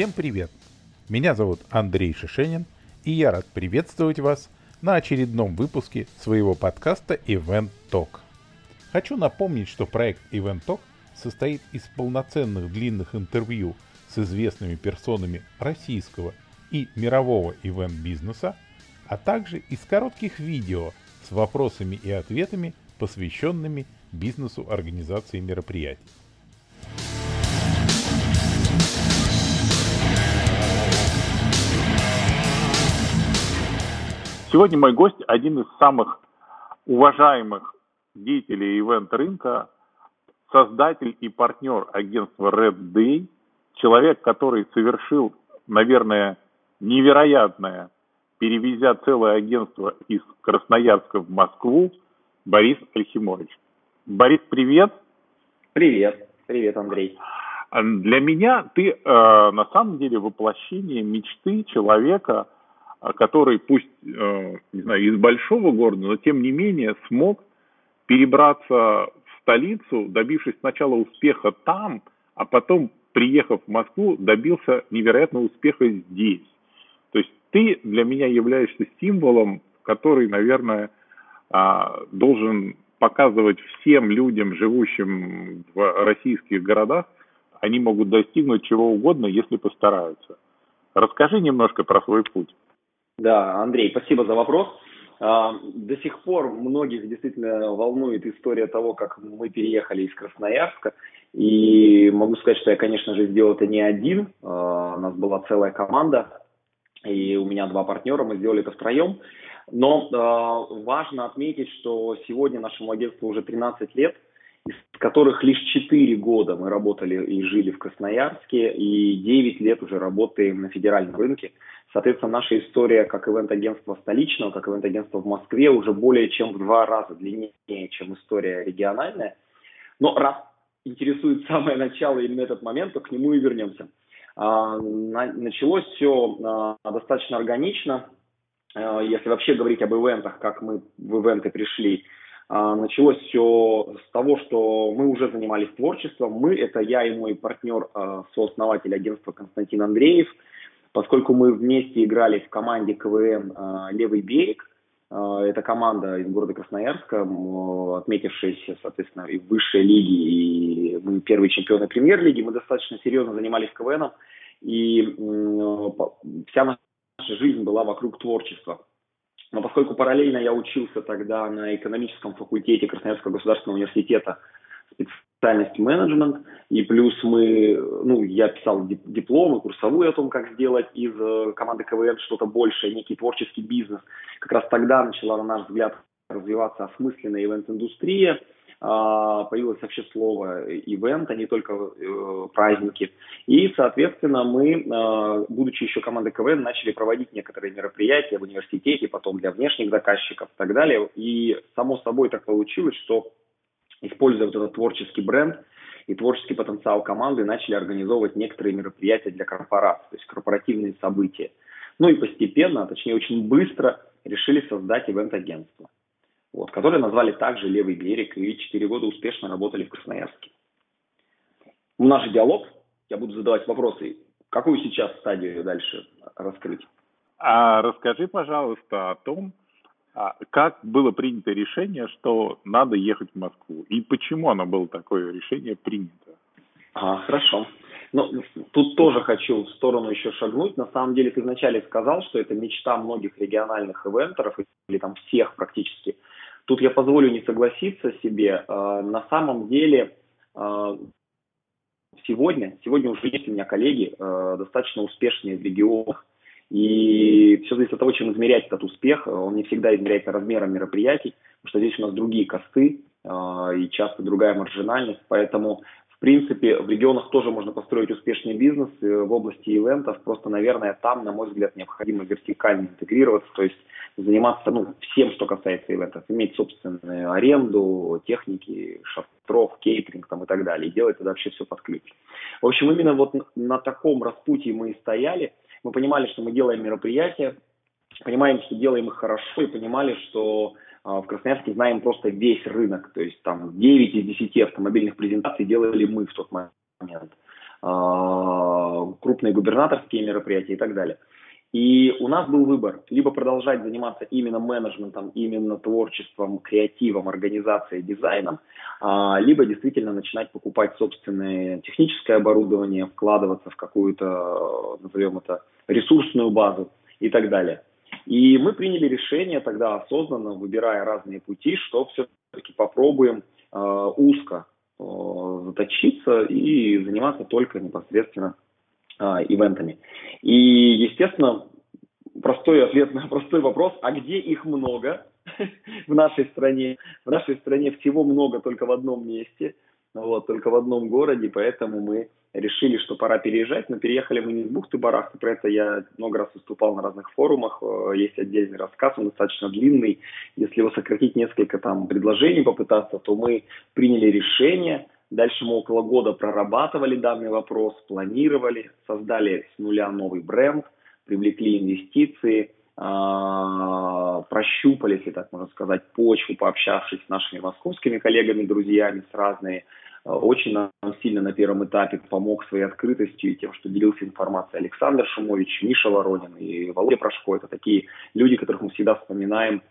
Всем привет! Меня зовут Андрей Шишенин, и я рад приветствовать вас на очередном выпуске своего подкаста Event Talk. Хочу напомнить, что проект Event Talk состоит из полноценных длинных интервью с известными персонами российского и мирового ивент-бизнеса, а также из коротких видео с вопросами и ответами, посвященными бизнесу организации мероприятий. Сегодня мой гость один из самых уважаемых деятелей ивент-рынка, создатель и партнер агентства Red Day, человек, который совершил, наверное, невероятное, перевезя целое агентство из Красноярска в Москву, Борис Альхимович. Борис, привет. Привет. Привет, Андрей. Для меня ты на самом деле воплощение мечты человека, который пусть, не знаю, из большого города, но тем не менее смог перебраться в столицу, добившись сначала успеха там, а потом, приехав в Москву, добился невероятного успеха здесь. То есть ты для меня являешься символом, который, наверное, должен показывать всем людям, живущим в российских городах, они могут достигнуть чего угодно, если постараются. Расскажи немножко про свой путь. Да, Андрей, спасибо за вопрос. До сих пор многих действительно волнует история того, как мы переехали из Красноярска. И могу сказать, что я, конечно же, сделал это не один. У нас была целая команда, и у меня два партнера, мы сделали это втроем. Но важно отметить, что сегодня нашему агентству уже 13 лет, из которых лишь 4 года мы работали и жили в Красноярске, и 9 лет уже работаем на федеральном рынке. Соответственно, наша история как ивент-агентства столичного, как ивент-агентства в Москве уже более чем в 2 раза длиннее, чем история региональная. Но раз интересует самое начало именно этот момент, то к нему и вернемся. Началось все достаточно органично. Если вообще говорить об ивентах, как мы в ивенты пришли, началось все с того, что мы уже занимались творчеством. Мы, это я и мой партнер, сооснователь агентства Константин Андреев. Поскольку мы вместе играли в команде КВН «Левый берег», это команда из города Красноярска, отметившаяся, соответственно, и в высшей лиге, и мы первые чемпионы премьер-лиги, мы достаточно серьезно занимались КВНом, и вся наша жизнь была вокруг творчества. Но поскольку параллельно я учился тогда на экономическом факультете Красноярского государственного университета, специальность менеджмент, и плюс я писал дипломы, курсовую о том, как сделать из команды КВН что-то большее, некий творческий бизнес. Как раз тогда начала, на наш взгляд, развиваться осмысленная ивент-индустрия, появилось вообще слово ивент, а не только праздники. И, соответственно, мы, будучи еще командой КВН, начали проводить некоторые мероприятия в университете, потом для внешних заказчиков и так далее. И само собой так получилось, что, используя вот этот творческий бренд и творческий потенциал команды, начали организовывать некоторые мероприятия для корпораций, то есть корпоративные события. Ну и постепенно, точнее очень быстро, решили создать ивент-агентство, которое назвали также «Левый берег», и 4 года успешно работали в Красноярске. Наш диалог, я буду задавать вопросы, какую сейчас стадию дальше раскрыть? Расскажи, пожалуйста, о том, как было принято решение, что надо ехать в Москву, и почему оно было такое решение принято? Хорошо. Тут тоже хочу в сторону еще шагнуть. На самом деле, ты вначале сказал, что это мечта многих региональных ивентеров, или там всех практически. Тут я позволю не согласиться себе. На самом деле, сегодня уже есть у меня коллеги, достаточно успешные в регионах. И все зависит от того, чем измерять этот успех. Он не всегда измеряется размером мероприятий, потому что здесь у нас другие косты и часто другая маржинальность. Поэтому, в принципе, в регионах тоже можно построить успешный бизнес в области ивентов. Просто, наверное, там, на мой взгляд, необходимо вертикально интегрироваться, то есть заниматься всем, что касается ивентов. Иметь собственную аренду, техники, шатров, кейтеринг и так далее. И делать тогда вообще все под ключ. В общем, именно на таком распутье мы и стояли. Мы понимали, что мы делаем мероприятия, понимаем, что делаем их хорошо, и понимали, что в Красноярске знаем просто весь рынок. То есть там 9 из 10 автомобильных презентаций делали мы в тот момент. крупные губернаторские мероприятия и так далее. И у нас был выбор: либо продолжать заниматься именно менеджментом, именно творчеством, креативом, организацией, дизайном, либо действительно начинать покупать собственное техническое оборудование, вкладываться в какую-то, назовем это, ресурсную базу и так далее. И мы приняли решение тогда осознанно, выбирая разные пути, что все-таки попробуем узко заточиться и заниматься только непосредственно ивентами. И, естественно, простой ответ на простой вопрос: а где их много в нашей стране? В нашей стране всего много только в одном месте, только в одном городе, поэтому мы решили, что пора переезжать, но переехали мы не с бухты-барахты. Про это я много раз выступал на разных форумах, есть отдельный рассказ, он достаточно длинный. Если его сократить, несколько там предложений попытаться, то мы приняли решение. Дальше мы около года прорабатывали данный вопрос, планировали, создали с нуля новый бренд, привлекли инвестиции, прощупали, если так можно сказать, почву, пообщавшись с нашими московскими коллегами, друзьями с разными. Очень нам сильно на первом этапе помог своей открытостью и тем, что делился информацией Александр Шумович, Миша Воронин и Володя Прошко. Это такие люди, которых мы всегда вспоминаем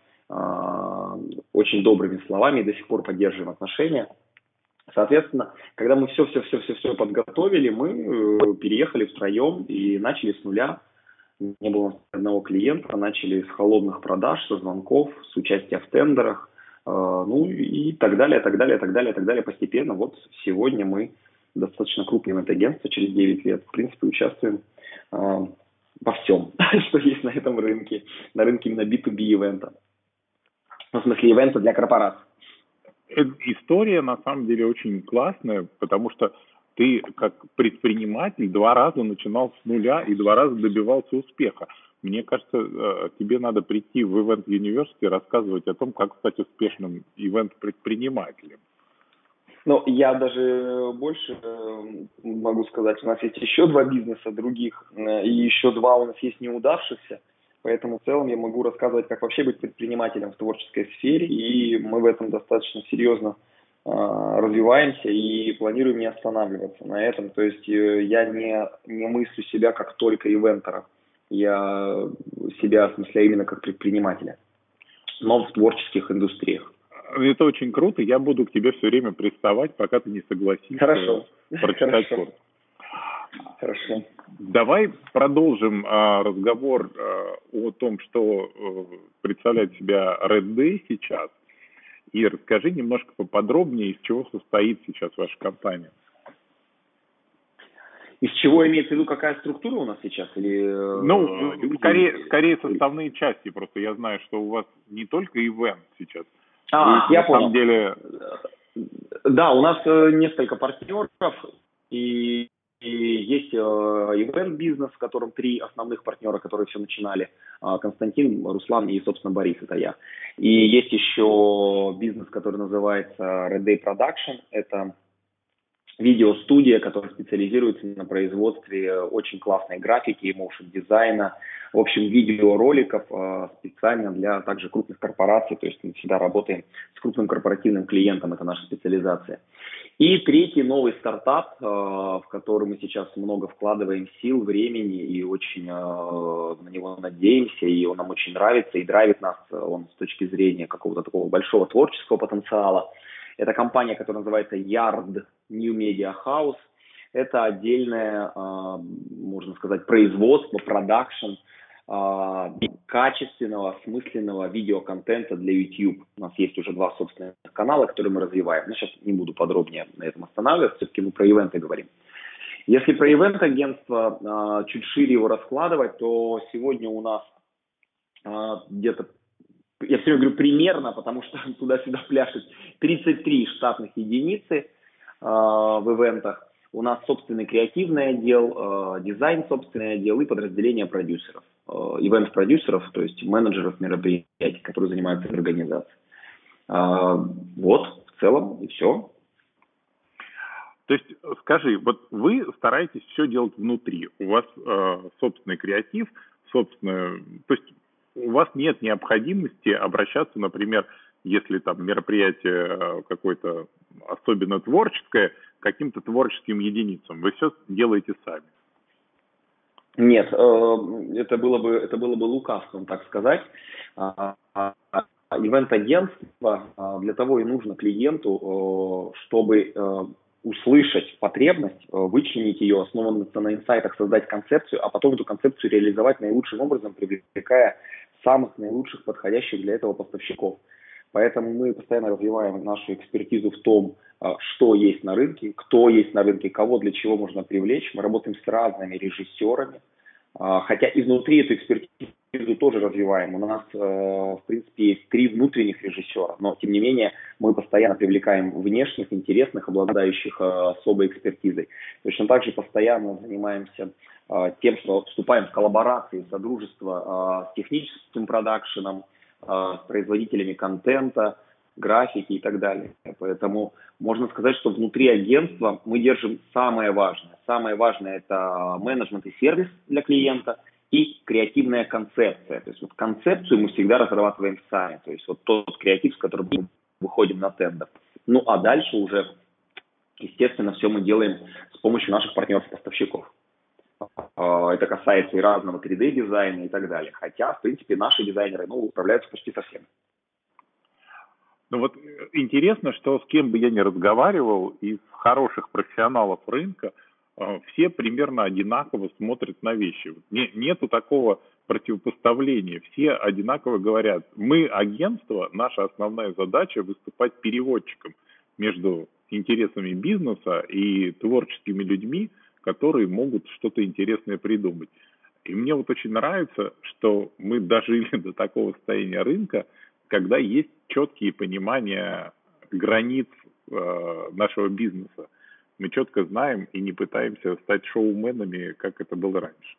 очень добрыми словами и до сих пор поддерживаем отношения. Соответственно, когда мы все подготовили, мы переехали втроем и начали с нуля. Не было одного клиента, начали с холодных продаж, со звонков, с участия в тендерах, и так далее, постепенно. Вот сегодня мы достаточно крупное ивент-агентство, через 9 лет, в принципе, участвуем во всем, что есть на этом рынке, на рынке именно B2B ивента. В смысле, ивента для корпораций. История, на самом деле, очень классная, потому что ты, как предприниматель, 2 раза начинал с нуля и 2 раза добивался успеха. Мне кажется, тебе надо прийти в Event University и рассказывать о том, как стать успешным ивент-предпринимателем. Ну, я даже больше могу сказать. У нас есть еще 2 бизнеса других, и еще 2 у нас есть неудавшихся. Поэтому в целом я могу рассказывать, как вообще быть предпринимателем в творческой сфере, и мы в этом достаточно серьезно развиваемся и планируем не останавливаться на этом. То есть я не мыслю себя как только ивентера, я себя осмысляю именно как предпринимателя, но в творческих индустриях. Это очень круто, я буду к тебе все время приставать, пока ты не согласишься прочитать курс. Хорошо. Давай продолжим разговор о том, что представляет себя Red Day сейчас. И расскажи немножко поподробнее, из чего состоит сейчас ваша компания. Из чего имеется в виду, какая структура у нас сейчас? Или, скорее составные части. Просто я знаю, что у вас не только ивент сейчас. Я понял. На самом деле... Да, у нас несколько партнеров, и есть ивент-бизнес, в котором 3 основных партнера, которые все начинали. Константин, Руслан и, собственно, Борис, это я. И есть еще бизнес, который называется Red Day Production. Это видеостудия, которая специализируется на производстве очень классной графики и моушн-дизайна. В общем, видеороликов специально для также крупных корпораций. То есть мы всегда работаем с крупным корпоративным клиентом, это наша специализация. И 3-й новый стартап, в который мы сейчас много вкладываем сил, времени и очень на него надеемся, и он нам очень нравится, и драйвит нас он с точки зрения какого-то такого большого творческого потенциала. Это компания, которая называется Yard New Media House. Это отдельное, можно сказать, производство, продакшн качественного, осмысленного видеоконтента для YouTube. У нас есть уже 2 собственных канала, которые мы развиваем. Но сейчас не буду подробнее на этом останавливаться, все-таки мы про ивенты говорим. Если про ивент-агентство чуть шире его раскладывать, то сегодня у нас где-то, я все время говорю примерно, потому что туда-сюда пляшет 33 штатных единицы в ивентах. У нас собственный креативный отдел, дизайн собственный отдел и подразделение продюсеров, ивент-продюсеров, то есть менеджеров мероприятий, которые занимаются организацией. Вот, в целом, и все. То есть, скажи, вот вы стараетесь все делать внутри, у вас собственный креатив, собственное, то есть у вас нет необходимости обращаться, например, если там мероприятие какое-то особенно творческое, каким-то творческим единицам. Вы все делаете сами. Нет, это было бы лукавством, так сказать. Ивент-агентство для того и нужно клиенту, чтобы услышать потребность, вычленить ее, основанно на инсайтах, создать концепцию, а потом эту концепцию реализовать наилучшим образом, привлекая самых наилучших подходящих для этого поставщиков. Поэтому мы постоянно развиваем нашу экспертизу в том, что есть на рынке, кто есть на рынке, кого для чего можно привлечь. Мы работаем с разными режиссерами, хотя изнутри эту экспертизу тоже развиваем. У нас, в принципе, есть 3 внутренних режиссера, но, тем не менее, мы постоянно привлекаем внешних, интересных, обладающих особой экспертизой. Точно так же постоянно занимаемся тем, что вступаем в коллаборации, в содружество с техническим продакшеном, с производителями контента, графики и так далее. Поэтому можно сказать, что внутри агентства мы держим самое важное. Самое важное – это менеджмент и сервис для клиента и креативная концепция. То есть вот концепцию мы всегда разрабатываем сами. То есть вот тот креатив, с которым мы выходим на тендер. Ну а дальше уже, естественно, все мы делаем с помощью наших партнеров-поставщиков. Это касается и разного 3D-дизайна и так далее. Хотя, в принципе, наши дизайнеры управляются почти со всем. Ну вот интересно, что с кем бы я ни разговаривал, из хороших профессионалов рынка, все примерно одинаково смотрят на вещи. Нету такого противопоставления. Все одинаково говорят, мы агентство, наша основная задача выступать переводчиком между интересами бизнеса и творческими людьми, которые могут что-то интересное придумать. И мне вот очень нравится, что мы дожили до такого состояния рынка, когда есть четкие понимания границ нашего бизнеса. Мы четко знаем и не пытаемся стать шоуменами, как это было раньше.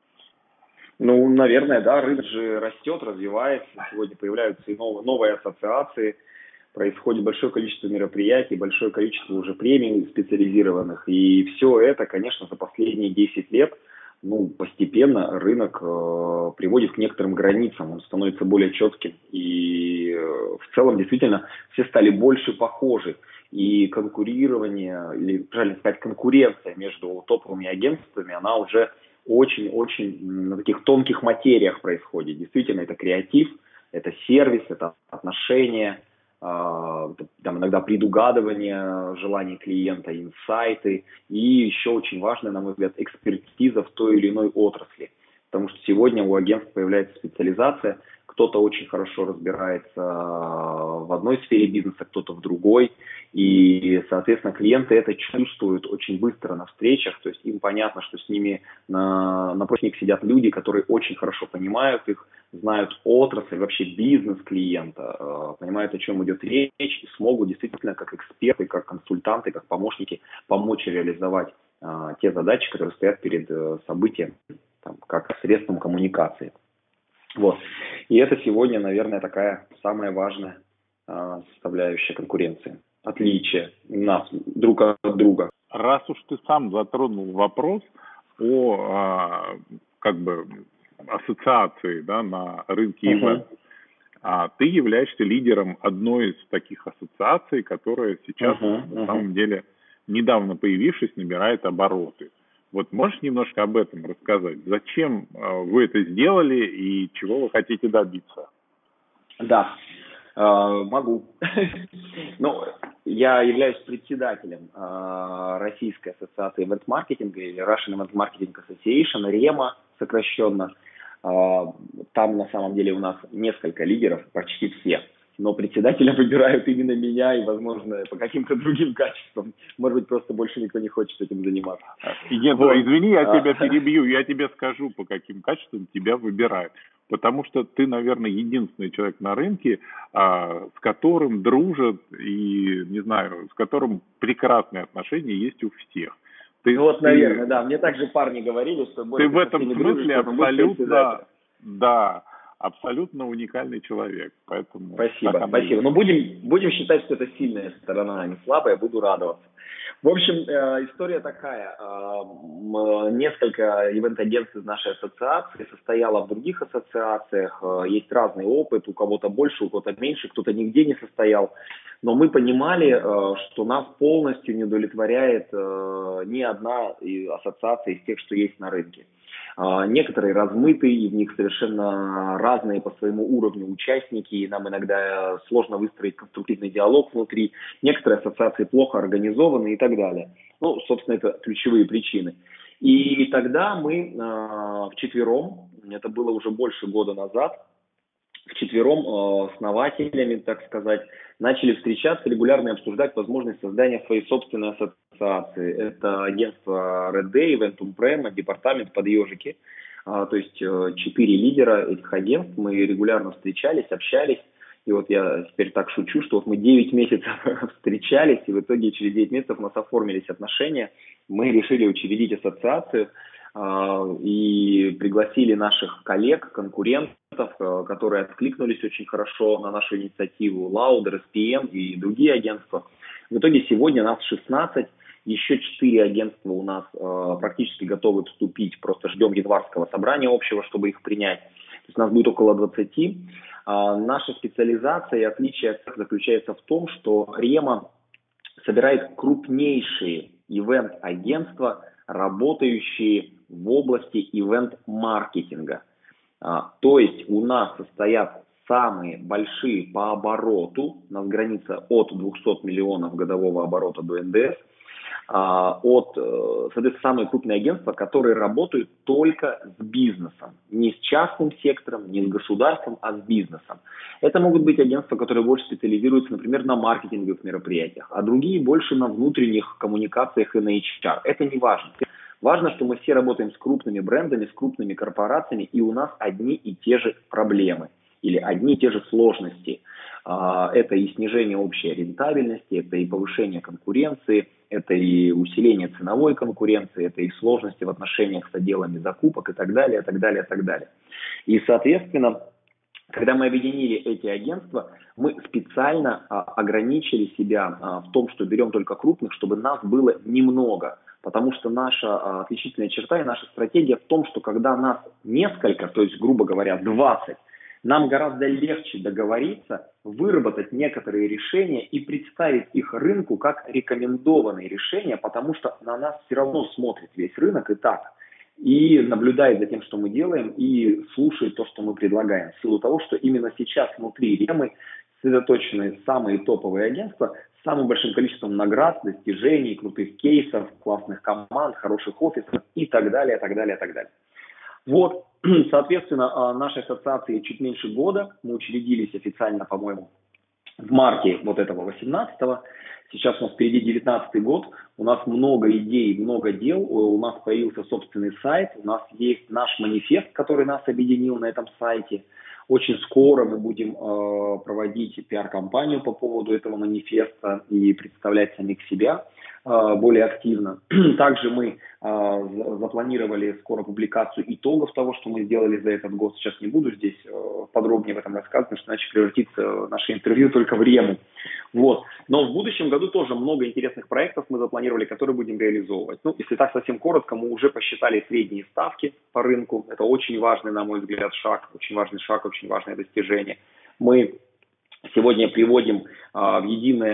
Ну, наверное, да, рынок же растет, развивается. Сегодня появляются и новые ассоциации, происходит большое количество мероприятий, большое количество уже премий специализированных. И все это, конечно, за последние 10 лет, постепенно рынок приводит к некоторым границам, он становится более четким. И в целом, действительно, все стали больше похожи. И конкурирование, или, правильно сказать, конкуренция между топовыми агентствами, она уже очень-очень на таких тонких материях происходит. Действительно, это креатив, это сервис, это отношения, там иногда предугадывание желаний клиента, инсайты и еще очень важная, на мой взгляд, экспертиза в той или иной отрасли. Потому что сегодня у агентств появляется специализация, кто-то очень хорошо разбирается в одной сфере бизнеса, кто-то в другой, и, соответственно, клиенты это чувствуют очень быстро на встречах, то есть им понятно, что с ними напротив них сидят люди, которые очень хорошо понимают их, знают отрасль, вообще бизнес клиента, понимают, о чем идет речь, и смогут действительно как эксперты, как консультанты, как помощники помочь реализовать те задачи, которые стоят перед событием, как средством коммуникации. Вот. И это сегодня, наверное, такая самая важная составляющая конкуренции. Отличие нас друг от друга. Раз уж ты сам затронул вопрос о ассоциации, да, на рынке ивент, ты являешься лидером одной из таких ассоциаций, которая сейчас, на самом деле, недавно появившись, набирает обороты. Вот можешь немножко об этом рассказать? Зачем вы это сделали и чего вы хотите добиться? Да, могу. Я являюсь председателем Российской ассоциации ивент-маркетинга, или Russian Event Marketing Association, REMA сокращенно. Там на самом деле у нас несколько лидеров, почти все. Но председателя выбирают именно меня и, возможно, по каким-то другим качествам. Может быть, просто больше никто не хочет этим заниматься. Нет, извини, я тебя перебью. Я тебе скажу, по каким качествам тебя выбирают. Потому что ты, наверное, единственный человек на рынке, с которым дружат и, не знаю, с которым прекрасные отношения есть у всех. Наверное, да. Мне также парни говорили, что ты в этом смысле абсолютно, да, абсолютно уникальный человек. Поэтому спасибо. Но будем считать, что это сильная сторона, а не слабая, буду радоваться. В общем, история такая. Несколько ивент-агентств из нашей ассоциации состояло в других ассоциациях. Есть разный опыт, у кого-то больше, у кого-то меньше, кто-то нигде не состоял. Но мы понимали, что нас полностью не удовлетворяет ни одна ассоциация из тех, что есть на рынке. Некоторые размытые, и в них совершенно разные по своему уровню участники, и нам иногда сложно выстроить конструктивный диалог внутри. Некоторые ассоциации плохо организованы и так далее. Ну, собственно, это ключевые причины. И тогда мы вчетвером, это было уже больше года назад, вчетвером основателями, так сказать, начали встречаться, регулярно и обсуждать возможность создания своей собственной ассоциации. Это агентство Red Day, Eventum Prema, департамент под ежики. То есть 4 лидера этих агентств, мы регулярно встречались, общались. И вот я теперь так шучу, что вот мы 9 месяцев встречались, и в итоге через 9 месяцев у нас оформились отношения. Мы решили учредить ассоциацию и пригласили наших коллег, конкурентов, которые откликнулись очень хорошо на нашу инициативу, Lauder, SPM и другие агентства. В итоге сегодня нас 16, еще 4 агентства у нас практически готовы вступить, просто ждем январского собрания общего, чтобы их принять. То есть у нас будет около 20. Наша специализация и отличие от всех заключается в том, что Рема собирает крупнейшие ивент-агентства, работающие в области ивент-маркетинга. То есть у нас состоят самые большие по обороту, у нас граница от 200 миллионов годового оборота до НДС, соответственно, самые крупные агентства, которые работают только с бизнесом. Не с частным сектором, не с государством, а с бизнесом. Это могут быть агентства, которые больше специализируются, например, на маркетинговых мероприятиях, а другие больше на внутренних коммуникациях и на HR. Это не важно. Важно, что мы все работаем с крупными брендами, с крупными корпорациями, и у нас одни и те же проблемы или одни и те же сложности. Это и снижение общей рентабельности, это и повышение конкуренции, это и усиление ценовой конкуренции, это и сложности в отношениях с отделами закупок и так далее, и так далее, и так далее. И, соответственно, когда мы объединили эти агентства, мы специально ограничили себя в том, что берем только крупных, чтобы нас было немного. Потому что наша отличительная черта и наша стратегия в том, что когда нас несколько, то есть, грубо говоря, 20, нам гораздо легче договориться, выработать некоторые решения и представить их рынку как рекомендованные решения, потому что на нас все равно смотрит весь рынок и так. И наблюдает за тем, что мы делаем, и слушает то, что мы предлагаем. В силу того, что именно сейчас внутри Ремы сосредоточены самые топовые агентства с самым большим количеством наград, достижений, крутых кейсов, классных команд, хороших офисов и так далее, так далее, так далее. Вот, соответственно, нашей ассоциации чуть меньше года. Мы учредились официально, по-моему, в марте вот этого 18-го. Сейчас у нас впереди 19-й год. У нас много идей, много дел. У нас появился собственный сайт. У нас есть наш манифест, который нас объединил на этом сайте. Очень скоро мы будем проводить пиар-компанию по поводу этого манифеста и представлять самих себя более активно. Также мы запланировали скоро публикацию итогов того, что мы сделали за этот год. Сейчас не буду здесь подробнее в этом рассказывать, потому что иначе превратится наше интервью только в Рему. Вот. Но в будущем году тоже много интересных проектов мы запланировали, которые будем реализовывать. Ну, если так совсем коротко, мы уже посчитали средние ставки по рынку. Это очень важный, на мой взгляд, шаг, очень важный важное достижение. Мы сегодня приводим в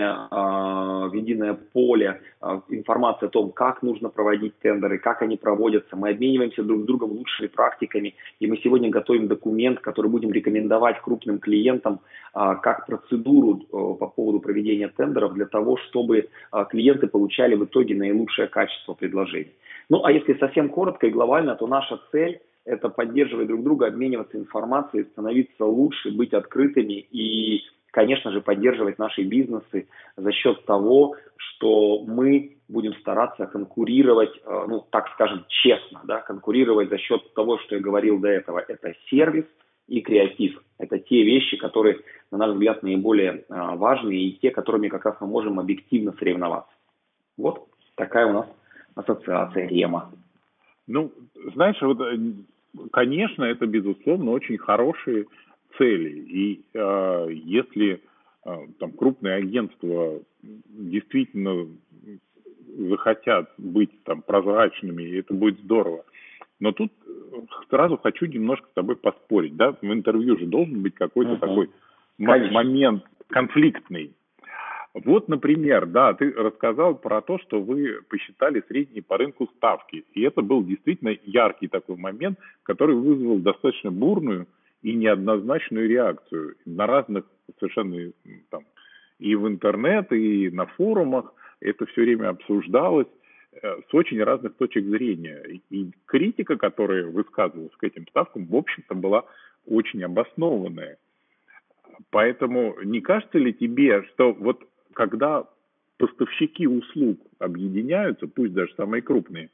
единое поле информацию о том, как нужно проводить тендеры, как они проводятся. Мы обмениваемся друг с другом лучшими практиками, и мы сегодня готовим документ, который будем рекомендовать крупным клиентам как процедуру по поводу проведения тендеров для того, чтобы клиенты получали в итоге наилучшее качество предложений. Ну, а если совсем коротко и глобально, то наша цель – это поддерживать друг друга, обмениваться информацией, становиться лучше, быть открытыми и, конечно же, поддерживать наши бизнесы за счет того, что мы будем стараться конкурировать, ну, так скажем, честно, да, конкурировать за счет того, что я говорил до этого. Это сервис и креатив. Это те вещи, которые, на наш взгляд, наиболее важные и те, которыми как раз мы можем объективно соревноваться. Вот такая у нас ассоциация Рема. Ну, знаешь, вот, конечно, это, безусловно, очень хорошие цели. И если там крупные агентства действительно захотят быть там прозрачными, и это будет здорово. Но тут сразу хочу немножко с тобой поспорить, да, в интервью же должен быть какой-то такой момент конфликтный. Вот, например, да, ты рассказал про то, что вы посчитали средние по рынку ставки, и это был действительно яркий такой момент, который вызвал достаточно бурную и неоднозначную реакцию на разных совершенно там и в интернет, и на форумах, это все время обсуждалось с очень разных точек зрения. И критика, которая высказывалась к этим ставкам, в общем-то, была очень обоснованная. Поэтому не кажется ли тебе, что вот когда поставщики услуг объединяются, пусть даже самые крупные,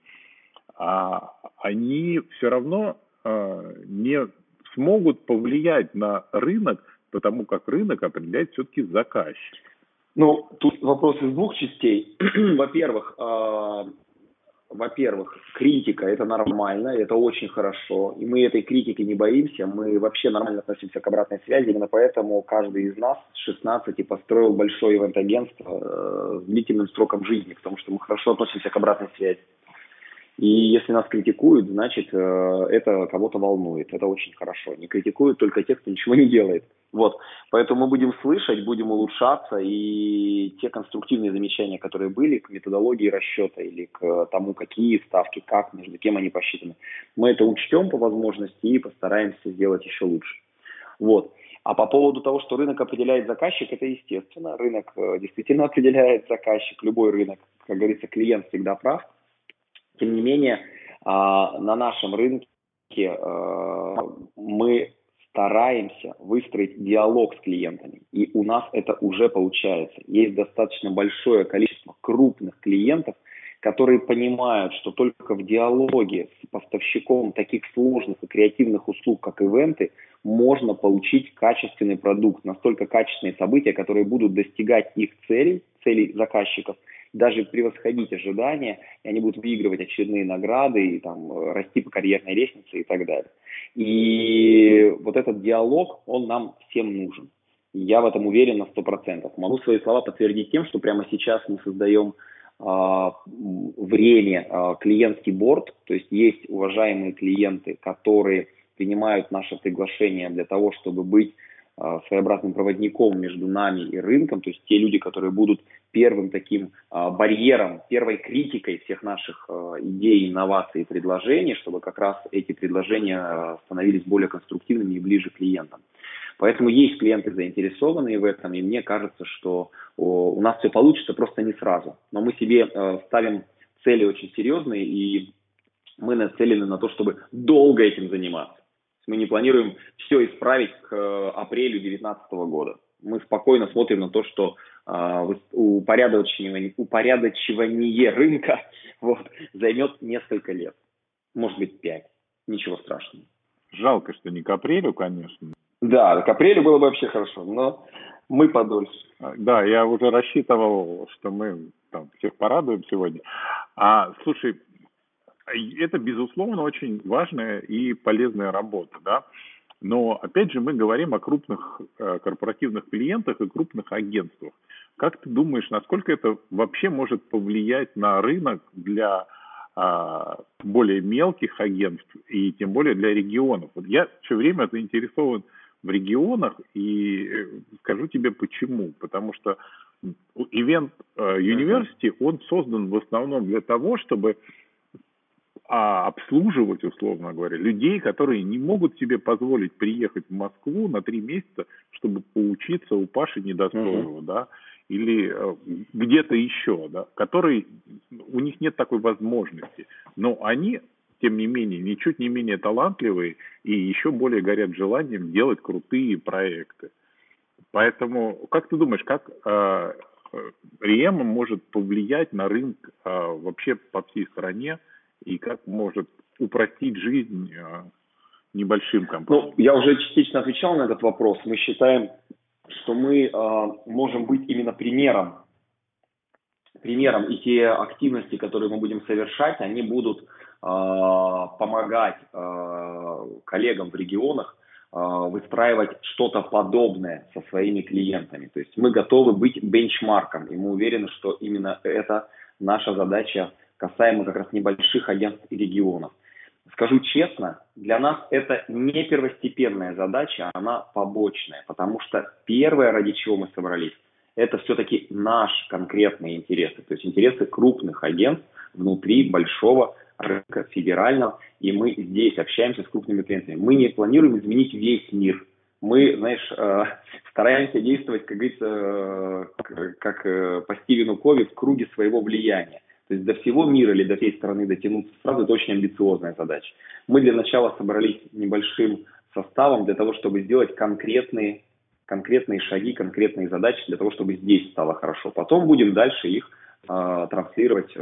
они все равно не смогут повлиять на рынок, потому как рынок определяет все-таки заказчик? Ну, тут вопрос из двух частей. Во-первых, критика – это нормально, это очень хорошо, и мы этой критики не боимся, мы вообще нормально относимся к обратной связи, именно поэтому каждый из нас с 16 построил большое ивент-агентство с длительным сроком жизни, потому что мы хорошо относимся к обратной связи. И если нас критикуют, значит, это кого-то волнует. Это очень хорошо. Не критикуют только те, кто ничего не делает. Вот. Поэтому мы будем слышать, будем улучшаться. И те конструктивные замечания, которые были к методологии расчета или к тому, какие ставки, как, между кем они посчитаны, мы это учтем по возможности и постараемся сделать еще лучше. Вот. А по поводу того, что рынок определяет заказчик, это естественно. Рынок действительно определяет заказчик. Любой рынок, как говорится, клиент всегда прав. Тем не менее, на нашем рынке мы стараемся выстроить диалог с клиентами, и у нас это уже получается. Есть достаточно большое количество крупных клиентов, которые понимают, что только в диалоге с поставщиком таких сложных и креативных услуг, как ивенты, можно получить качественный продукт, настолько качественные события, которые будут достигать их целей заказчиков, даже превосходить ожидания, и они будут выигрывать очередные награды, и там, расти по карьерной лестнице и так далее. И вот этот диалог, он нам всем нужен. Я в этом уверен на 100%. Могу свои слова подтвердить тем, что прямо сейчас мы создаем клиентский борд, то есть уважаемые клиенты, которые принимают наше приглашение для того, чтобы быть своеобразным проводником между нами и рынком, то есть те люди, которые будут первым таким барьером, первой критикой всех наших идей, инноваций и предложений, чтобы как раз эти предложения становились более конструктивными и ближе к клиентам. Поэтому есть клиенты заинтересованные в этом, и мне кажется, что у нас все получится, просто не сразу. Но мы себе ставим цели очень серьезные, и мы нацелены на то, чтобы долго этим заниматься. Мы не планируем все исправить к апрелю 2019 года. Мы спокойно смотрим на то, что упорядочивание рынка займет несколько лет. Может быть, 5. Ничего страшного. Жалко, что не к апрелю, конечно. Да, к апрелю было бы вообще хорошо, но мы подольше. Да, я уже рассчитывал, что мы там всех порадуем сегодня. Слушай, это, безусловно, очень важная и полезная работа, да. Но, опять же, мы говорим о крупных корпоративных клиентах и крупных агентствах. Как ты думаешь, насколько это вообще может повлиять на рынок для более мелких агентств и тем более для регионов? Вот я все время заинтересован в регионах и скажу тебе почему. Потому что Event University, он создан в основном для того, чтобы обслуживать, условно говоря, людей, которые не могут себе позволить приехать в Москву на 3 месяца, чтобы поучиться у Паши Недостоева, да, или где-то еще, да, которые, у них нет такой возможности. Но они, тем не менее, ничуть не менее талантливые и еще более горят желанием делать крутые проекты. Поэтому, как ты думаешь, как РИЭМ может повлиять на рынок вообще по всей стране, и как может упростить жизнь небольшим компаниям? Я уже частично отвечал на этот вопрос. Мы считаем, что мы можем быть именно примером. И те активности, которые мы будем совершать, они будут помогать коллегам в регионах выстраивать что-то подобное со своими клиентами. То есть мы готовы быть бенчмарком, и мы уверены, что именно это наша задача касаемо как раз небольших агентств и регионов. Скажу честно, для нас это не первостепенная задача, она побочная, потому что первое, ради чего мы собрались, это все-таки наши конкретные интересы, то есть интересы крупных агентств внутри большого рынка федерального, и мы здесь общаемся с крупными клиентами. Мы не планируем изменить весь мир. Мы, стараемся действовать, как говорится, как по Стивену Кови в круге своего влияния. То есть до всего мира или до всей страны дотянуться сразу – это очень амбициозная задача. Мы для начала собрались небольшим составом для того, чтобы сделать конкретные шаги, конкретные задачи для того, чтобы здесь стало хорошо. Потом будем дальше их транслировать,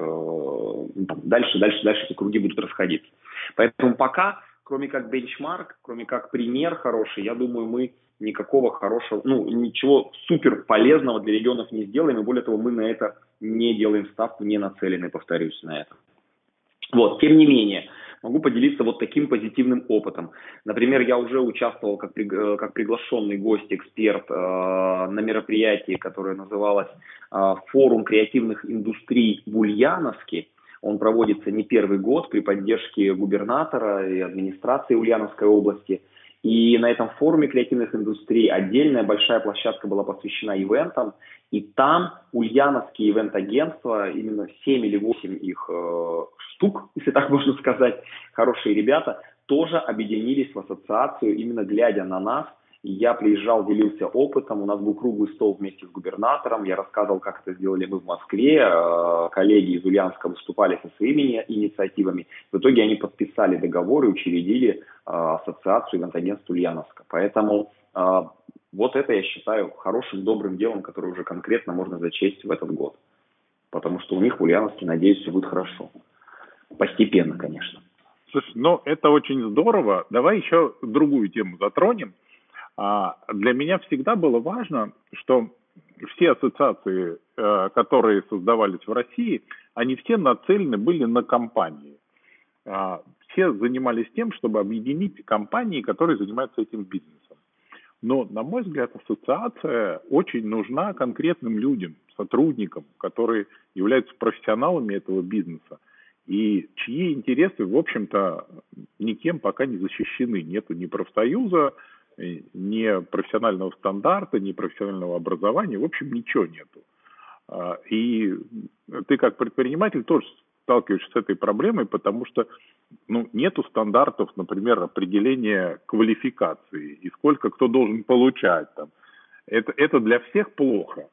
дальше эти круги будут расходиться. Поэтому пока, кроме как бенчмарк, кроме как пример хороший, я думаю, мы никакого хорошего, ничего супер полезного для регионов не сделаем, и более того, мы на это не делаем ставку, не нацелены, повторюсь, на это. Вот, тем не менее, могу поделиться вот таким позитивным опытом. Например, я уже участвовал как приглашенный гость, эксперт на мероприятии, которое называлось «Форум креативных индустрий в Ульяновске». Он проводится не первый год при поддержке губернатора и администрации Ульяновской области. И на этом форуме креативных индустрий отдельная большая площадка была посвящена ивентам. И там ульяновские ивент-агентства, именно 7 или 8 их штук, если так можно сказать, хорошие ребята, тоже объединились в ассоциацию, именно глядя на нас. Я приезжал, делился опытом, у нас был круглый стол вместе с губернатором, я рассказывал, как это сделали мы в Москве, коллеги из Ульяновска выступали со своими инициативами. В итоге они подписали договор и учредили ассоциацию ивент-агентств Ульяновска. Поэтому вот это я считаю хорошим, добрым делом, которое уже конкретно можно зачесть в этот год. Потому что у них в Ульяновске, надеюсь, все будет хорошо. Постепенно, конечно. Слушай, это очень здорово. Давай еще другую тему затронем. Для меня всегда было важно, что все ассоциации, которые создавались в России, они все нацелены были на компании. Все занимались тем, чтобы объединить компании, которые занимаются этим бизнесом. Но, на мой взгляд, ассоциация очень нужна конкретным людям, сотрудникам, которые являются профессионалами этого бизнеса, и чьи интересы, в общем-то, никем пока не защищены. Нету ни профсоюза, ни профессионального стандарта, ни профессионального образования, в общем, ничего нету. И ты как предприниматель тоже сталкиваешься с этой проблемой, потому что нету стандартов, например, определения квалификации и сколько кто должен получать. Это для всех плохо.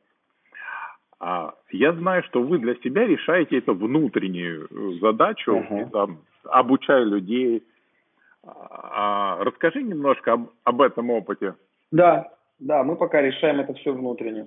Я знаю, что вы для себя решаете эту внутреннюю задачу, обучая людей. Расскажи немножко об этом опыте. Да, мы пока решаем это все внутренне.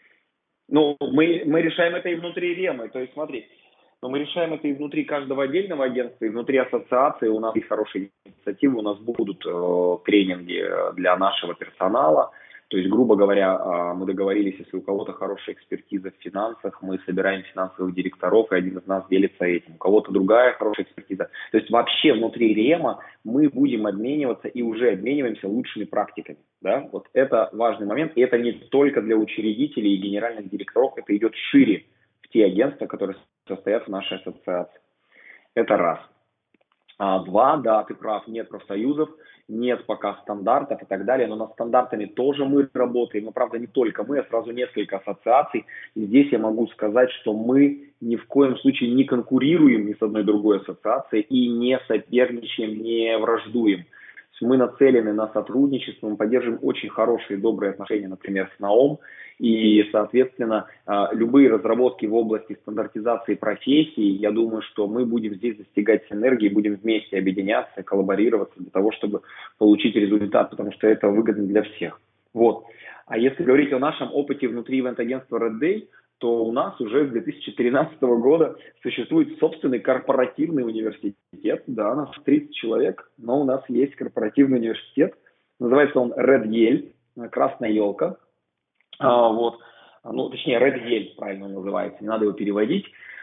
Мы решаем это и внутри РЕМы. То есть, смотри, мы решаем это и внутри каждого отдельного агентства, и внутри ассоциации. У нас есть хорошие инициативы, у нас будут тренинги для нашего персонала. То есть, грубо говоря, мы договорились, если у кого-то хорошая экспертиза в финансах, мы собираем финансовых директоров, и один из нас делится этим. У кого-то другая хорошая экспертиза. То есть, вообще внутри РЕМа мы будем обмениваться и уже обмениваемся лучшими практиками. Да? Вот это важный момент. И это не только для учредителей и генеральных директоров, это идет шире в те агентства, которые состоят в нашей ассоциации. Это раз. Два, да, ты прав, нет профсоюзов, нет пока стандартов и так далее, но над стандартами тоже мы работаем, но правда не только мы, а сразу несколько ассоциаций. И здесь я могу сказать, что мы ни в коем случае не конкурируем ни с одной другой ассоциацией и не соперничаем, не враждуем. Мы нацелены на сотрудничество, мы поддерживаем очень хорошие, добрые отношения, например, с НАОМ, и, соответственно, любые разработки в области стандартизации профессий, я думаю, что мы будем здесь достигать синергии, будем вместе объединяться, коллаборироваться для того, чтобы получить результат, потому что это выгодно для всех. Вот. А если говорить о нашем опыте внутри ивент-агентства Red Day, то у нас уже с 2013 года существует собственный корпоративный университет. Да, у нас 30 человек, но у нас есть корпоративный университет. Называется он Red Yale, красная елка. Точнее, Red Yale правильно он называется, не надо его переводить.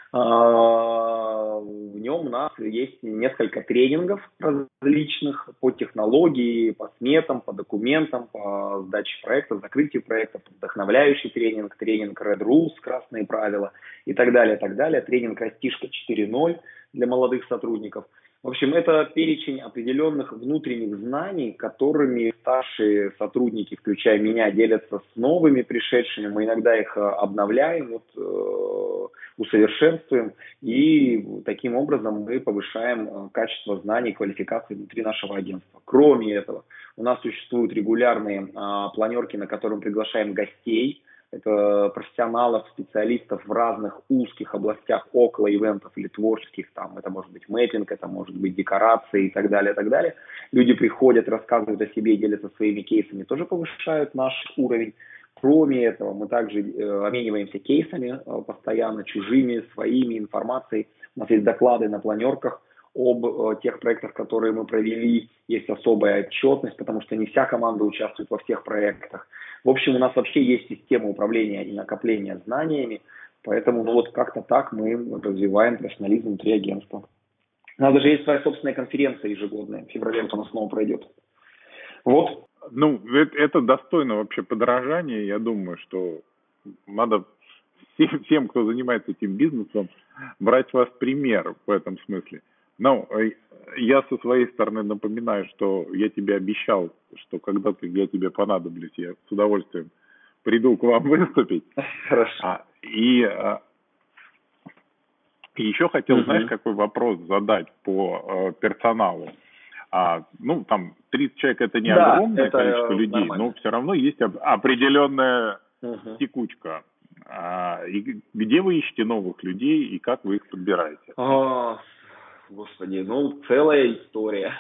В нем у нас есть несколько тренингов различных по технологии, по сметам, по документам, по сдаче проектов, закрытию проектов, вдохновляющий тренинг, тренинг Red Rules, красные правила и так далее, так далее. Тренинг Растишка 4.0 для молодых сотрудников. В общем, это перечень определенных внутренних знаний, которыми старшие сотрудники, включая меня, делятся с новыми пришедшими. Мы иногда их обновляем, усовершенствуем, и таким образом мы повышаем качество знаний и квалификации внутри нашего агентства. Кроме этого, у нас существуют регулярные планерки, на которые мы приглашаем гостей. Это профессионалов, специалистов в разных узких областях около ивентов или творческих, там это может быть мэппинг, это может быть декорации и так далее, и так далее. Люди приходят, рассказывают о себе, делятся своими кейсами, тоже повышают наш уровень. Кроме этого, мы также обмениваемся кейсами постоянно, чужими, своими, информацией. У нас есть доклады на планерках об тех проектах, которые мы провели, есть особая отчетность, потому что не вся команда участвует во всех проектах. В общем, у нас вообще есть система управления и накопления знаниями, поэтому как-то так мы развиваем профессионализм внутри агентства. У нас даже есть своя собственная конференция ежегодная, в феврале она снова пройдет. Вот. Это достойно вообще подражания. Я думаю, что надо всем, кто занимается этим бизнесом, брать с вас пример в этом смысле. Я со своей стороны напоминаю, что я тебе обещал, что когда-то я тебе понадоблюсь, я с удовольствием приду к вам выступить. Хорошо. И еще хотел, знаешь, какой вопрос задать по персоналу. Там 30 человек это не огромное количество людей, нормально. Но все равно есть определенная текучка. И где вы ищете новых людей и как вы их подбираете? Господи, целая история.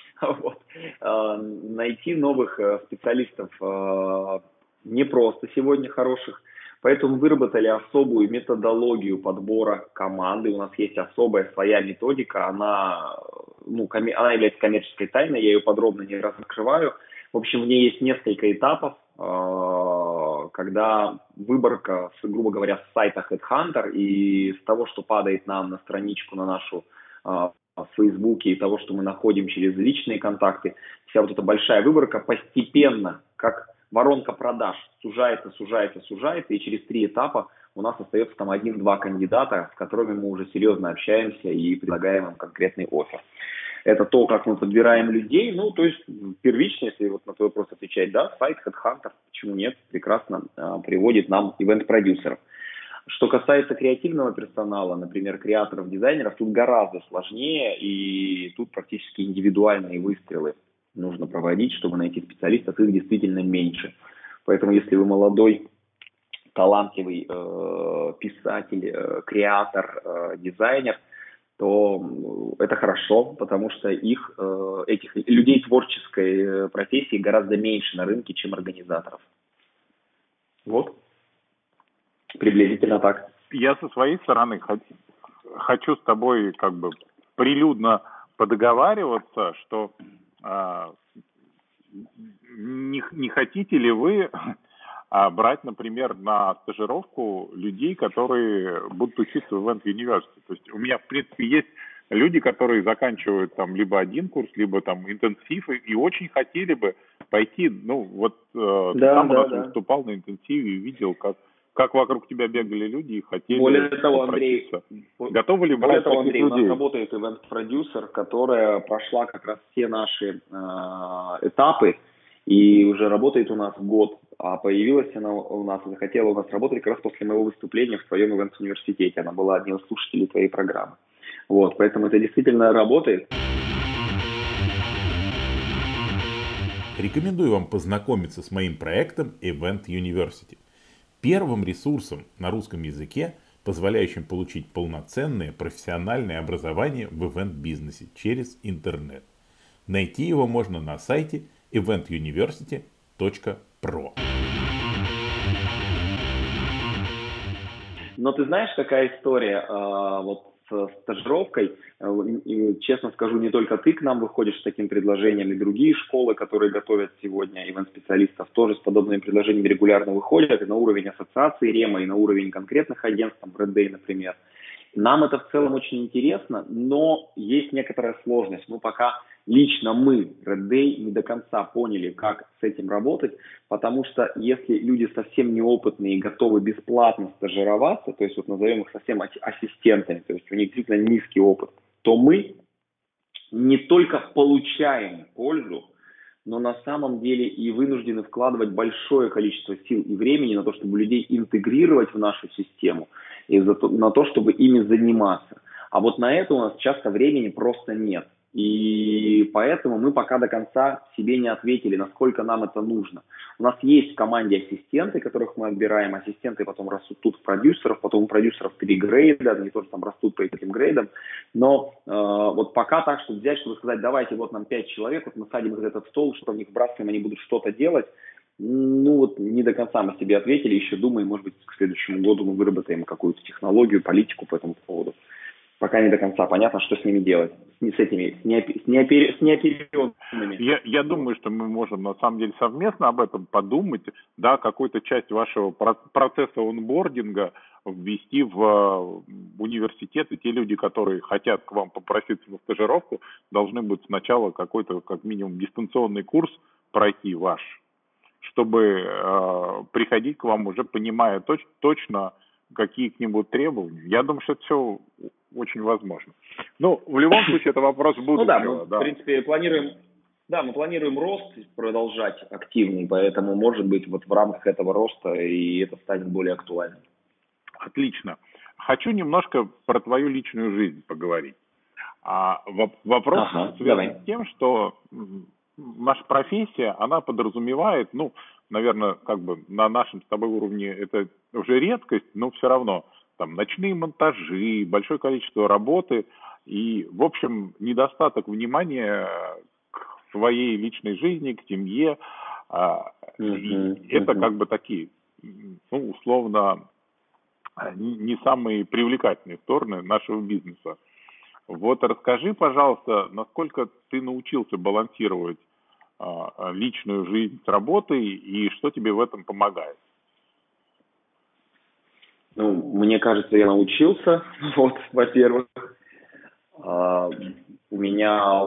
Найти новых специалистов непросто сегодня хороших, поэтому выработали особую методологию подбора команды. У нас есть особая своя методика, она является коммерческой тайной, я ее подробно не раскрываю. В общем, в ней есть несколько этапов, когда выборка, грубо говоря, с сайта HeadHunter и с того, что падает нам на страничку, на нашу в Фейсбуке, и того, что мы находим через личные контакты, вся вот эта большая выборка постепенно, как воронка продаж, сужается, и через 3 этапа у нас остается там 1-2 кандидата, с которыми мы уже серьезно общаемся и предлагаем им конкретный оффер. Это то, как мы подбираем людей, то есть первично, если на твой вопрос отвечать, да, сайт HeadHunter, почему нет, прекрасно приводит нам ивент-продюсеров. Что касается креативного персонала, например, креаторов, дизайнеров, тут гораздо сложнее, и тут практически индивидуальные выстрелы нужно проводить, чтобы найти специалистов, их действительно меньше. Поэтому, если вы молодой, талантливый писатель, креатор, дизайнер, то это хорошо, потому что этих людей творческой профессии гораздо меньше на рынке, чем организаторов. Вот. Приблизительно так. Я со своей стороны хочу с тобой прилюдно подоговариваться, что не хотите ли вы брать, например, на стажировку людей, которые будут учиться в Event University. То есть у меня, в принципе, есть люди, которые заканчивают там либо один курс, либо там интенсив, и очень хотели бы пойти, ты сам у нас выступал на интенсиве и видел, как вокруг тебя бегали люди и хотели. Более того, Андрей, готовы ли брать таких людей? У нас работает ивент-продюсер, которая прошла как раз все наши этапы и уже работает у нас год. А появилась она у нас и захотела у нас работать как раз после моего выступления в своем ивент-университете. Она была одним из слушателей твоей программы. Поэтому это действительно работает. Рекомендую вам познакомиться с моим проектом Event University. Первым ресурсом на русском языке, позволяющим получить полноценное профессиональное образование в ивент-бизнесе через интернет. Найти его можно на сайте eventuniversity.pro. Но ты знаешь, какая история с стажировкой? Честно скажу, не только ты к нам выходишь с таким предложением, и другие школы, которые готовят сегодня ивент-специалистов, тоже с подобными предложениями регулярно выходят и на уровень ассоциации РЕМА, и на уровень конкретных агентств, там, Red Day, например. Нам это в целом очень интересно, но есть некоторая сложность. Лично мы, Red Day, не до конца поняли, как с этим работать, потому что если люди совсем неопытные и готовы бесплатно стажироваться, то есть вот назовем их совсем ассистентами, то есть у них действительно низкий опыт, то мы не только получаем пользу, но на самом деле и вынуждены вкладывать большое количество сил и времени на то, чтобы людей интегрировать в нашу систему и на то, чтобы ими заниматься. А вот на это у нас часто времени просто нет. И поэтому мы пока до конца себе не ответили, насколько нам это нужно. У нас есть в команде ассистенты, которых мы отбираем. Ассистенты потом растут в продюсеров, потом у продюсеров 3 грейда, они тоже там растут по этим грейдам. Но вот пока так, чтобы взять, чтобы сказать, давайте вот нам 5 человек, вот мы садим их за этот стол, что в них вбрасываем, они будут что-то делать. Ну вот не до конца мы себе ответили, еще думаем, может быть, к следующему году мы выработаем какую-то технологию, политику по этому поводу. Пока не до конца понятно, что с ними делать, с неоперенными. Я думаю, что мы можем на самом деле совместно об этом подумать, да, какую-то часть вашего процесса онбординга ввести в университет, и те люди, которые хотят к вам попроситься на стажировку, должны будут сначала какой-то, как минимум, дистанционный курс пройти ваш, чтобы приходить к вам уже понимая точно, какие к ним будут требования. Я думаю, что это все очень возможно. Ну, в любом случае, это вопрос будущего. Ну да, мы, в принципе, планируем рост продолжать активный, поэтому, может быть, вот в рамках этого роста и это станет более актуальным. Отлично. Хочу немножко про твою личную жизнь поговорить. Вопрос связан с тем, что наша профессия, она подразумевает, ну, наверное, как бы на нашем с тобой уровне это уже редкость, но все равно там ночные монтажи, большое количество работы и, в общем, недостаток внимания к своей личной жизни, к семье. Это как бы такие, ну, условно, не самые привлекательные стороны нашего бизнеса. Вот расскажи, пожалуйста, насколько ты научился балансировать личную жизнь с работой и что тебе в этом помогает? Ну, мне кажется, я научился, вот, во-первых. У меня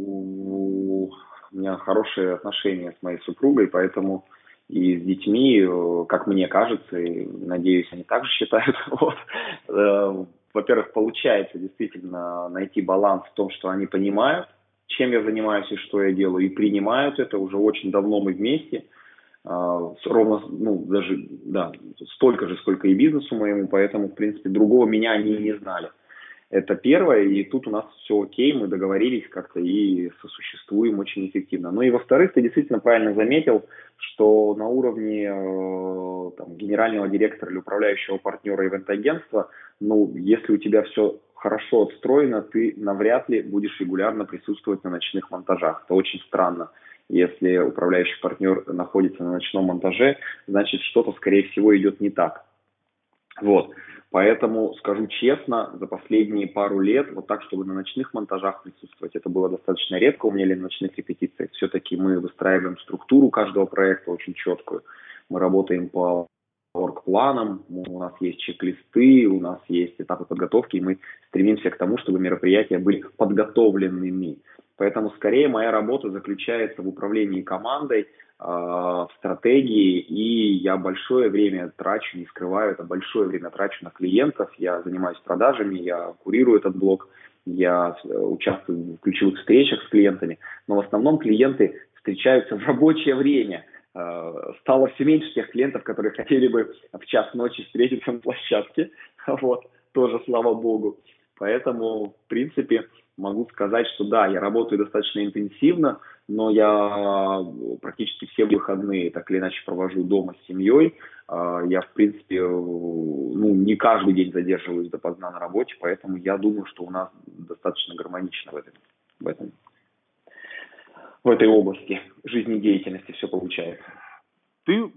хорошие отношения с моей супругой, поэтому и с детьми, как мне кажется, и, надеюсь, они также считают, вот. Во-первых, получается действительно найти баланс в том, что они понимают, чем я занимаюсь и что я делаю, и принимают это. Уже очень давно мы вместе. Ровно, столько же, сколько и бизнесу моему, поэтому, в принципе, другого меня они не знали. Это первое, и тут у нас все окей, мы договорились как-то и сосуществуем очень эффективно. Ну и во-вторых, ты действительно правильно заметил, что на уровне генерального директора или управляющего партнера ивент-агентства, если у тебя все хорошо отстроено, ты навряд ли будешь регулярно присутствовать на ночных монтажах. Это очень странно. Если управляющий партнер находится на ночном монтаже, значит, что-то, скорее всего, идет не так. Вот. Поэтому, скажу честно, за последние пару лет, вот так, чтобы на ночных монтажах присутствовать, это было достаточно редко у меня или на ночных репетициях. Все-таки мы выстраиваем структуру каждого проекта очень четкую. Мы работаем по орг-планам, у нас есть чек-листы, у нас есть этапы подготовки, и мы стремимся к тому, чтобы мероприятия были подготовленными. Поэтому скорее моя работа заключается в управлении командой, в стратегии, и я большое время трачу, не скрываю, это большое время трачу на клиентов, я занимаюсь продажами, я курирую этот блог, я участвую в ключевых встречах с клиентами, но в основном клиенты встречаются в рабочее время. Стало все меньше тех клиентов, которые хотели бы в час ночи встретиться на площадке, вот, тоже слава богу. Поэтому, в принципе, могу сказать, что да, я работаю достаточно интенсивно, но я практически все выходные так или иначе провожу дома с семьей. Я, в принципе, не каждый день задерживаюсь допоздна на работе, поэтому я думаю, что у нас достаточно гармонично в этой области жизнедеятельности все получается. Ты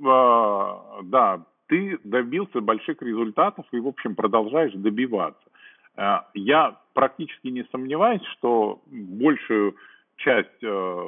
добился больших результатов и, в общем, продолжаешь добиваться. Я практически не сомневаюсь, что большую часть,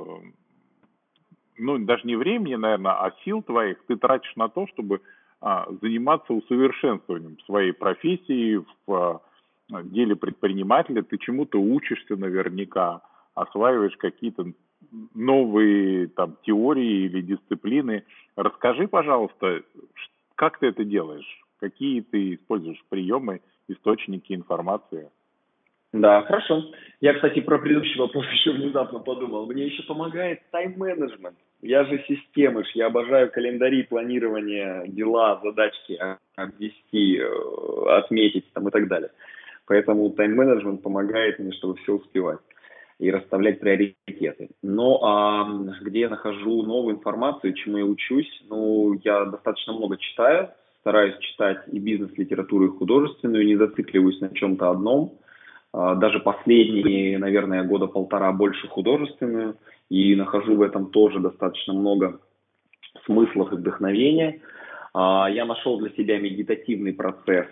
даже не времени, наверное, а сил твоих ты тратишь на то, чтобы заниматься усовершенствованием своей профессии в деле предпринимателя, ты чему-то учишься наверняка, осваиваешь какие-то новые там теории или дисциплины. Расскажи, пожалуйста, как ты это делаешь? Какие ты используешь приемы, источники информации? Да, хорошо. Я, кстати, про предыдущий вопрос еще внезапно подумал. Мне еще помогает тайм-менеджмент. Я же системыш, я обожаю календари, планирование, дела, задачки обвести, отметить там и так далее. Поэтому тайм-менеджмент помогает мне, чтобы все успевать и расставлять приоритеты. Но где я нахожу новую информацию, чему я учусь? Ну, я достаточно много читаю, стараюсь читать и бизнес-литературу, и художественную, не зацикливаюсь на чем-то одном. Даже последние, наверное, года полтора больше художественную, и нахожу в этом тоже достаточно много смыслов и вдохновения. Я нашел для себя медитативный процесс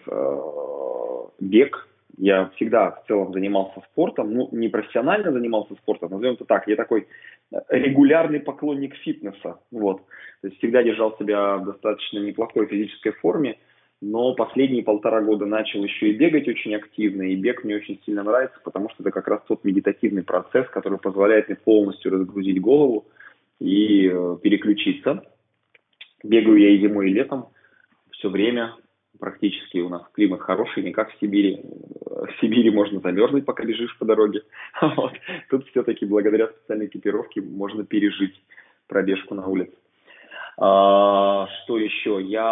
бег. Я всегда в целом занимался спортом, ну, не профессионально занимался спортом, назовем это так, я такой регулярный поклонник фитнеса, вот. То есть всегда держал себя в достаточно неплохой физической форме, но последние полтора года начал еще и бегать очень активно, и бег мне очень сильно нравится, потому что это как раз тот медитативный процесс, который позволяет мне полностью разгрузить голову и переключиться. Бегаю я и зимой, и летом, все время, практически у нас климат хороший, не как в Сибири. В Сибири можно замерзнуть, пока бежишь по дороге. Вот. Тут все-таки благодаря специальной экипировке можно пережить пробежку на улице. Что еще? Я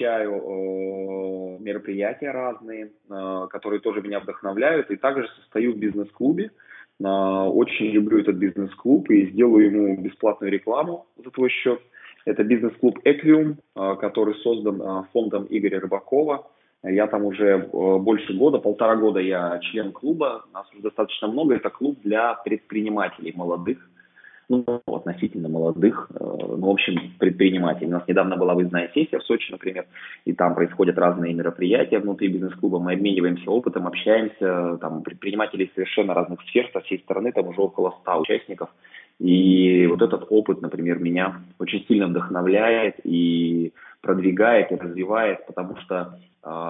посещаю мероприятия разные, которые тоже меня вдохновляют, и также состою в бизнес-клубе. Очень люблю этот бизнес-клуб и сделаю ему бесплатную рекламу за твой счет. Это бизнес-клуб «Эквиум», который создан фондом Игоря Рыбакова. Я там уже больше года, полтора года я член клуба, нас уже достаточно много. Это клуб для предпринимателей молодых, ну, относительно молодых, ну, в общем, предпринимателей. У нас недавно была выездная сессия в Сочи, например, и там происходят разные мероприятия внутри бизнес-клуба, мы обмениваемся опытом, общаемся, там предприниматели совершенно разных сфер со всей страны, там уже около 100 участников. И вот этот опыт, например, меня очень сильно вдохновляет и продвигает, и развивает, потому что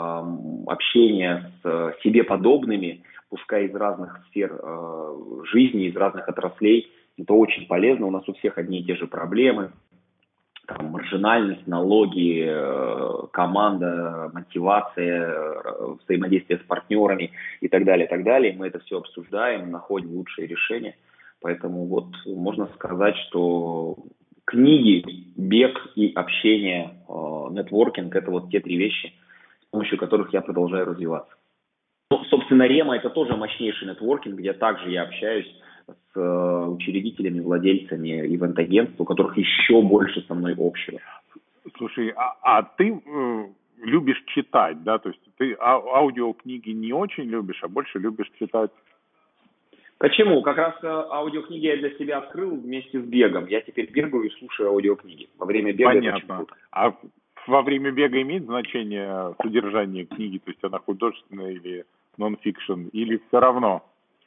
общение с себе подобными, пускай из разных сфер жизни, из разных отраслей, это очень полезно. У нас у всех одни и те же проблемы. Там, маржинальность, налоги, команда, мотивация, взаимодействие с партнерами и так далее, и так далее. Мы это все обсуждаем, находим лучшие решения. Поэтому вот можно сказать, что книги, бег и общение, нетворкинг – это вот те три вещи, с помощью которых я продолжаю развиваться. Ну, собственно, Рема – это тоже мощнейший нетворкинг, где также я общаюсь с учредителями, владельцами ивент-агентств, у которых еще больше со мной общего. Слушай, а ты любишь читать, да? То есть ты аудиокниги не очень любишь, а больше любишь читать? Почему? Как раз аудиокниги я для себя открыл вместе с бегом. Я теперь бегаю и слушаю аудиокниги. Во время бега Понятно. это очень круто. А во время бега имеет значение содержание книги? То есть она художественная или нон-фикшн? Или все равно?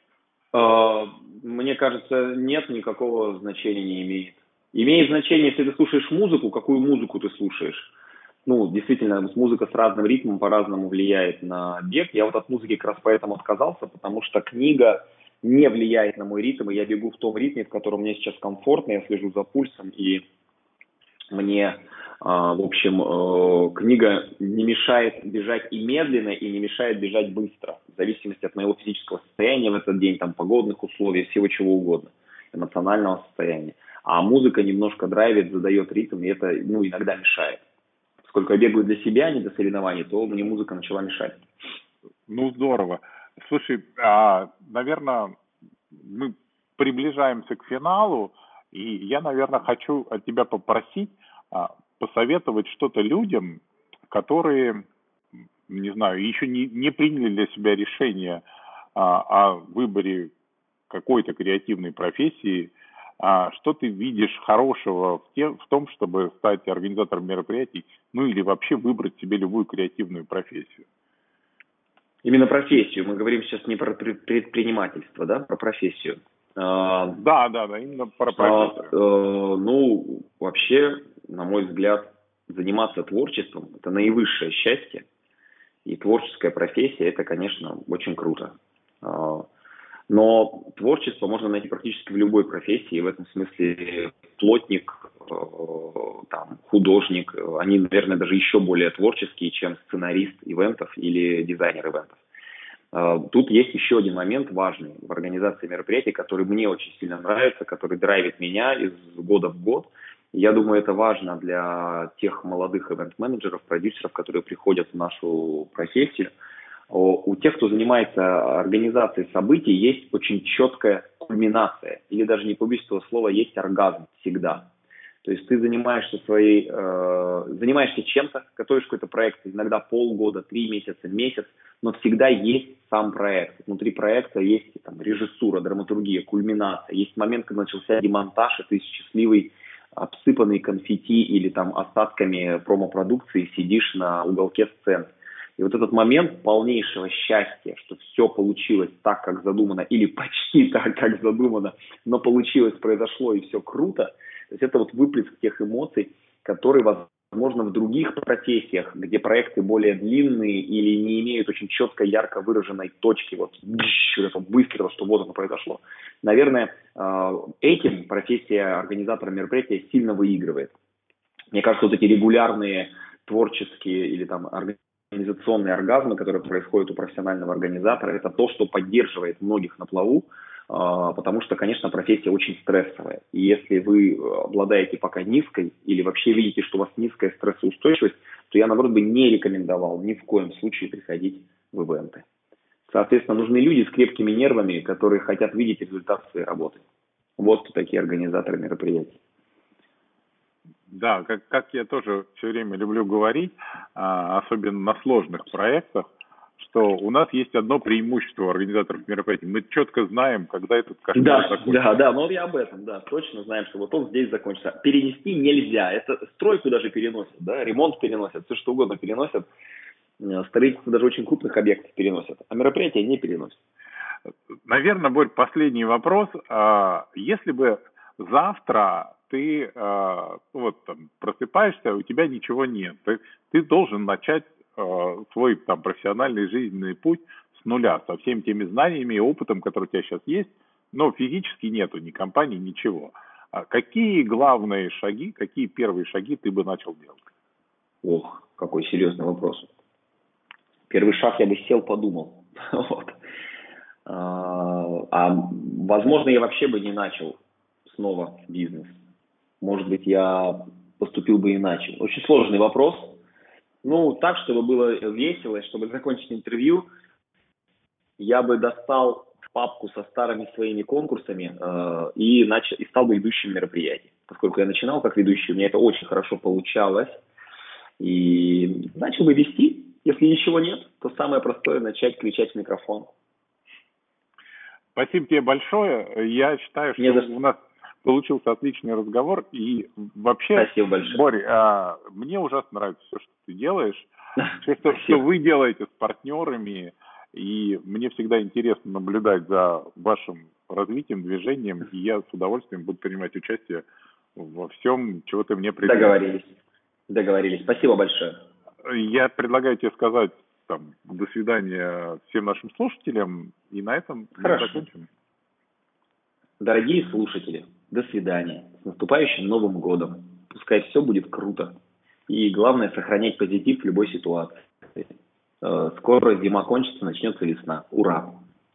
Мне кажется, нет, никакого значения не имеет. Имеет значение, если ты слушаешь музыку, какую музыку ты слушаешь. Ну, действительно, музыка с разным ритмом по-разному влияет на бег. Я вот от музыки как раз поэтому отказался, потому что книга не влияет на мой ритм, и я бегу в том ритме, в котором мне сейчас комфортно, я слежу за пульсом, и мне, в общем, книга не мешает бежать и медленно, и не мешает бежать быстро, в зависимости от моего физического состояния в этот день, там, погодных условий, всего чего угодно, эмоционального состояния. А музыка немножко драйвит, задает ритм, и это, ну, иногда мешает. Поскольку я бегаю для себя, а не для соревнований, то мне музыка начала мешать. Ну, здорово. Слушай, наверное, мы приближаемся к финалу, и я, наверное, хочу от тебя попросить посоветовать что-то людям, которые, не знаю, еще не приняли для себя решение о выборе какой-то креативной профессии. Что ты видишь хорошего в том, чтобы стать организатором мероприятий, ну или вообще выбрать себе любую креативную профессию? Именно профессию. Мы говорим сейчас не про предпринимательство, да, про профессию. Да, именно про профессию. Ну, вообще, на мой взгляд, заниматься творчеством – это наивысшее счастье. И творческая профессия – это, конечно, очень круто. Но творчество можно найти практически в любой профессии. В этом смысле плотник, там, художник, они, наверное, даже еще более творческие, чем сценарист ивентов или дизайнер ивентов. Тут есть еще один момент важный в организации мероприятий, который мне очень сильно нравится, который драйвит меня из года в год. Я думаю, это важно для тех молодых ивент-менеджеров, продюсеров, которые приходят в нашу профессию. У тех, кто занимается организацией событий, есть очень четкая кульминация, или даже не побоюсь этого слова, есть оргазм всегда. То есть ты занимаешься чем-то, готовишь какой-то проект, иногда полгода, 3 месяца, месяц, но всегда есть сам проект. Внутри проекта есть там режиссура, драматургия, кульминация. Есть момент, когда начался демонтаж, и ты счастливый, обсыпанный конфетти или там остатками промо-продукции сидишь на уголке сцены. И вот этот момент полнейшего счастья, что все получилось так, как задумано, или почти так, как задумано, но получилось, произошло, и все круто. То есть это вот выплеск тех эмоций, которые, возможно, в других профессиях, где проекты более длинные или не имеют очень четко, ярко выраженной точки, вот выстрела, что вот оно произошло. Наверное, этим профессия организатора мероприятия сильно выигрывает. Мне кажется, вот эти регулярные творческие или там организационные оргазмы, которые происходят у профессионального организатора, это то, что поддерживает многих на плаву, потому что, конечно, профессия очень стрессовая. И если вы обладаете пока низкой или вообще видите, что у вас низкая стрессоустойчивость, то я, наоборот, бы не рекомендовал ни в коем случае приходить в ивенты. Соответственно, нужны люди с крепкими нервами, которые хотят видеть результат своей работы. Вот такие организаторы мероприятий. Да, как я тоже все время люблю говорить, особенно на сложных проектах, что у нас есть одно преимущество у организаторов мероприятий. Мы четко знаем, когда этот кошмар закончится. Да, но я об этом, да, точно знаем, что вот он здесь закончится. Перенести нельзя. Это стройку даже переносят, да, ремонт переносят, все что угодно переносят. Строительство даже очень крупных объектов переносят, а мероприятия не переносят. Наверное, Борь, последний вопрос. Если бы завтра ты просыпаешься, у тебя ничего нет, ты должен начать свой профессиональный жизненный путь с нуля, со всеми теми знаниями и опытом, который у тебя сейчас есть, но физически нету ни компании, ничего. Какие главные шаги, какие первые шаги ты бы начал делать? Ох, какой серьезный вопрос. Первый шаг я бы сел, подумал. Возможно, я вообще бы не начал снова бизнес. Может быть, я поступил бы иначе. Очень сложный вопрос. Так, чтобы было весело, чтобы закончить интервью, я бы достал папку со старыми своими конкурсами и стал бы ведущим мероприятий. Поскольку я начинал как ведущий, у меня это очень хорошо получалось. И начал бы вести. Если ничего нет, то самое простое – начать кричать в микрофон. Спасибо тебе большое. Я считаю, что у нас получился отличный разговор. И вообще, Борь, мне ужасно нравится все, что ты делаешь. Все, что вы делаете с партнерами. И мне всегда интересно наблюдать за вашим развитием, движением. И я с удовольствием буду принимать участие во всем, чего ты мне предлагаешь. Договорились. Спасибо большое. Я предлагаю тебе сказать до свидания всем нашим слушателям. И на этом мы закончим. Дорогие слушатели, до свидания. С наступающим Новым годом. Пускай все будет круто. И главное, сохранять позитив в любой ситуации. Скоро зима кончится, начнется весна. Ура!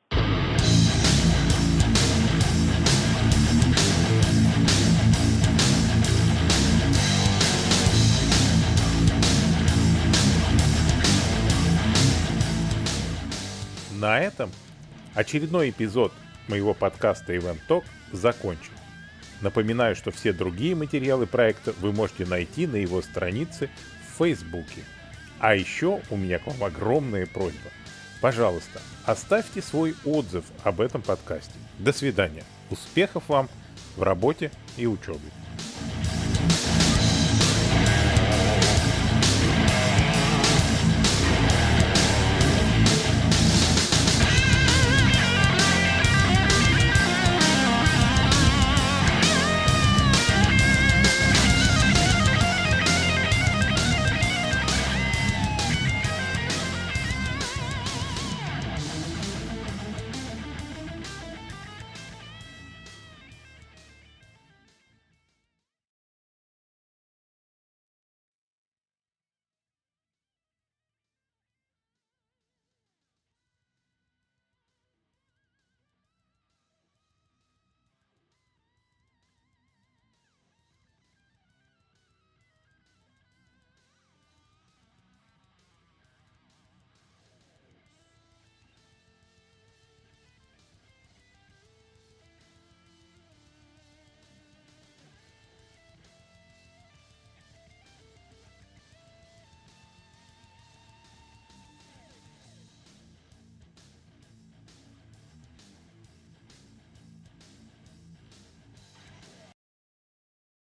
На этом очередной эпизод моего подкаста Event Talk закончен. Напоминаю, что все другие материалы проекта вы можете найти на его странице в Фейсбуке. А еще у меня к вам огромная просьба. Пожалуйста, оставьте свой отзыв об этом подкасте. До свидания. Успехов вам в работе и учебе.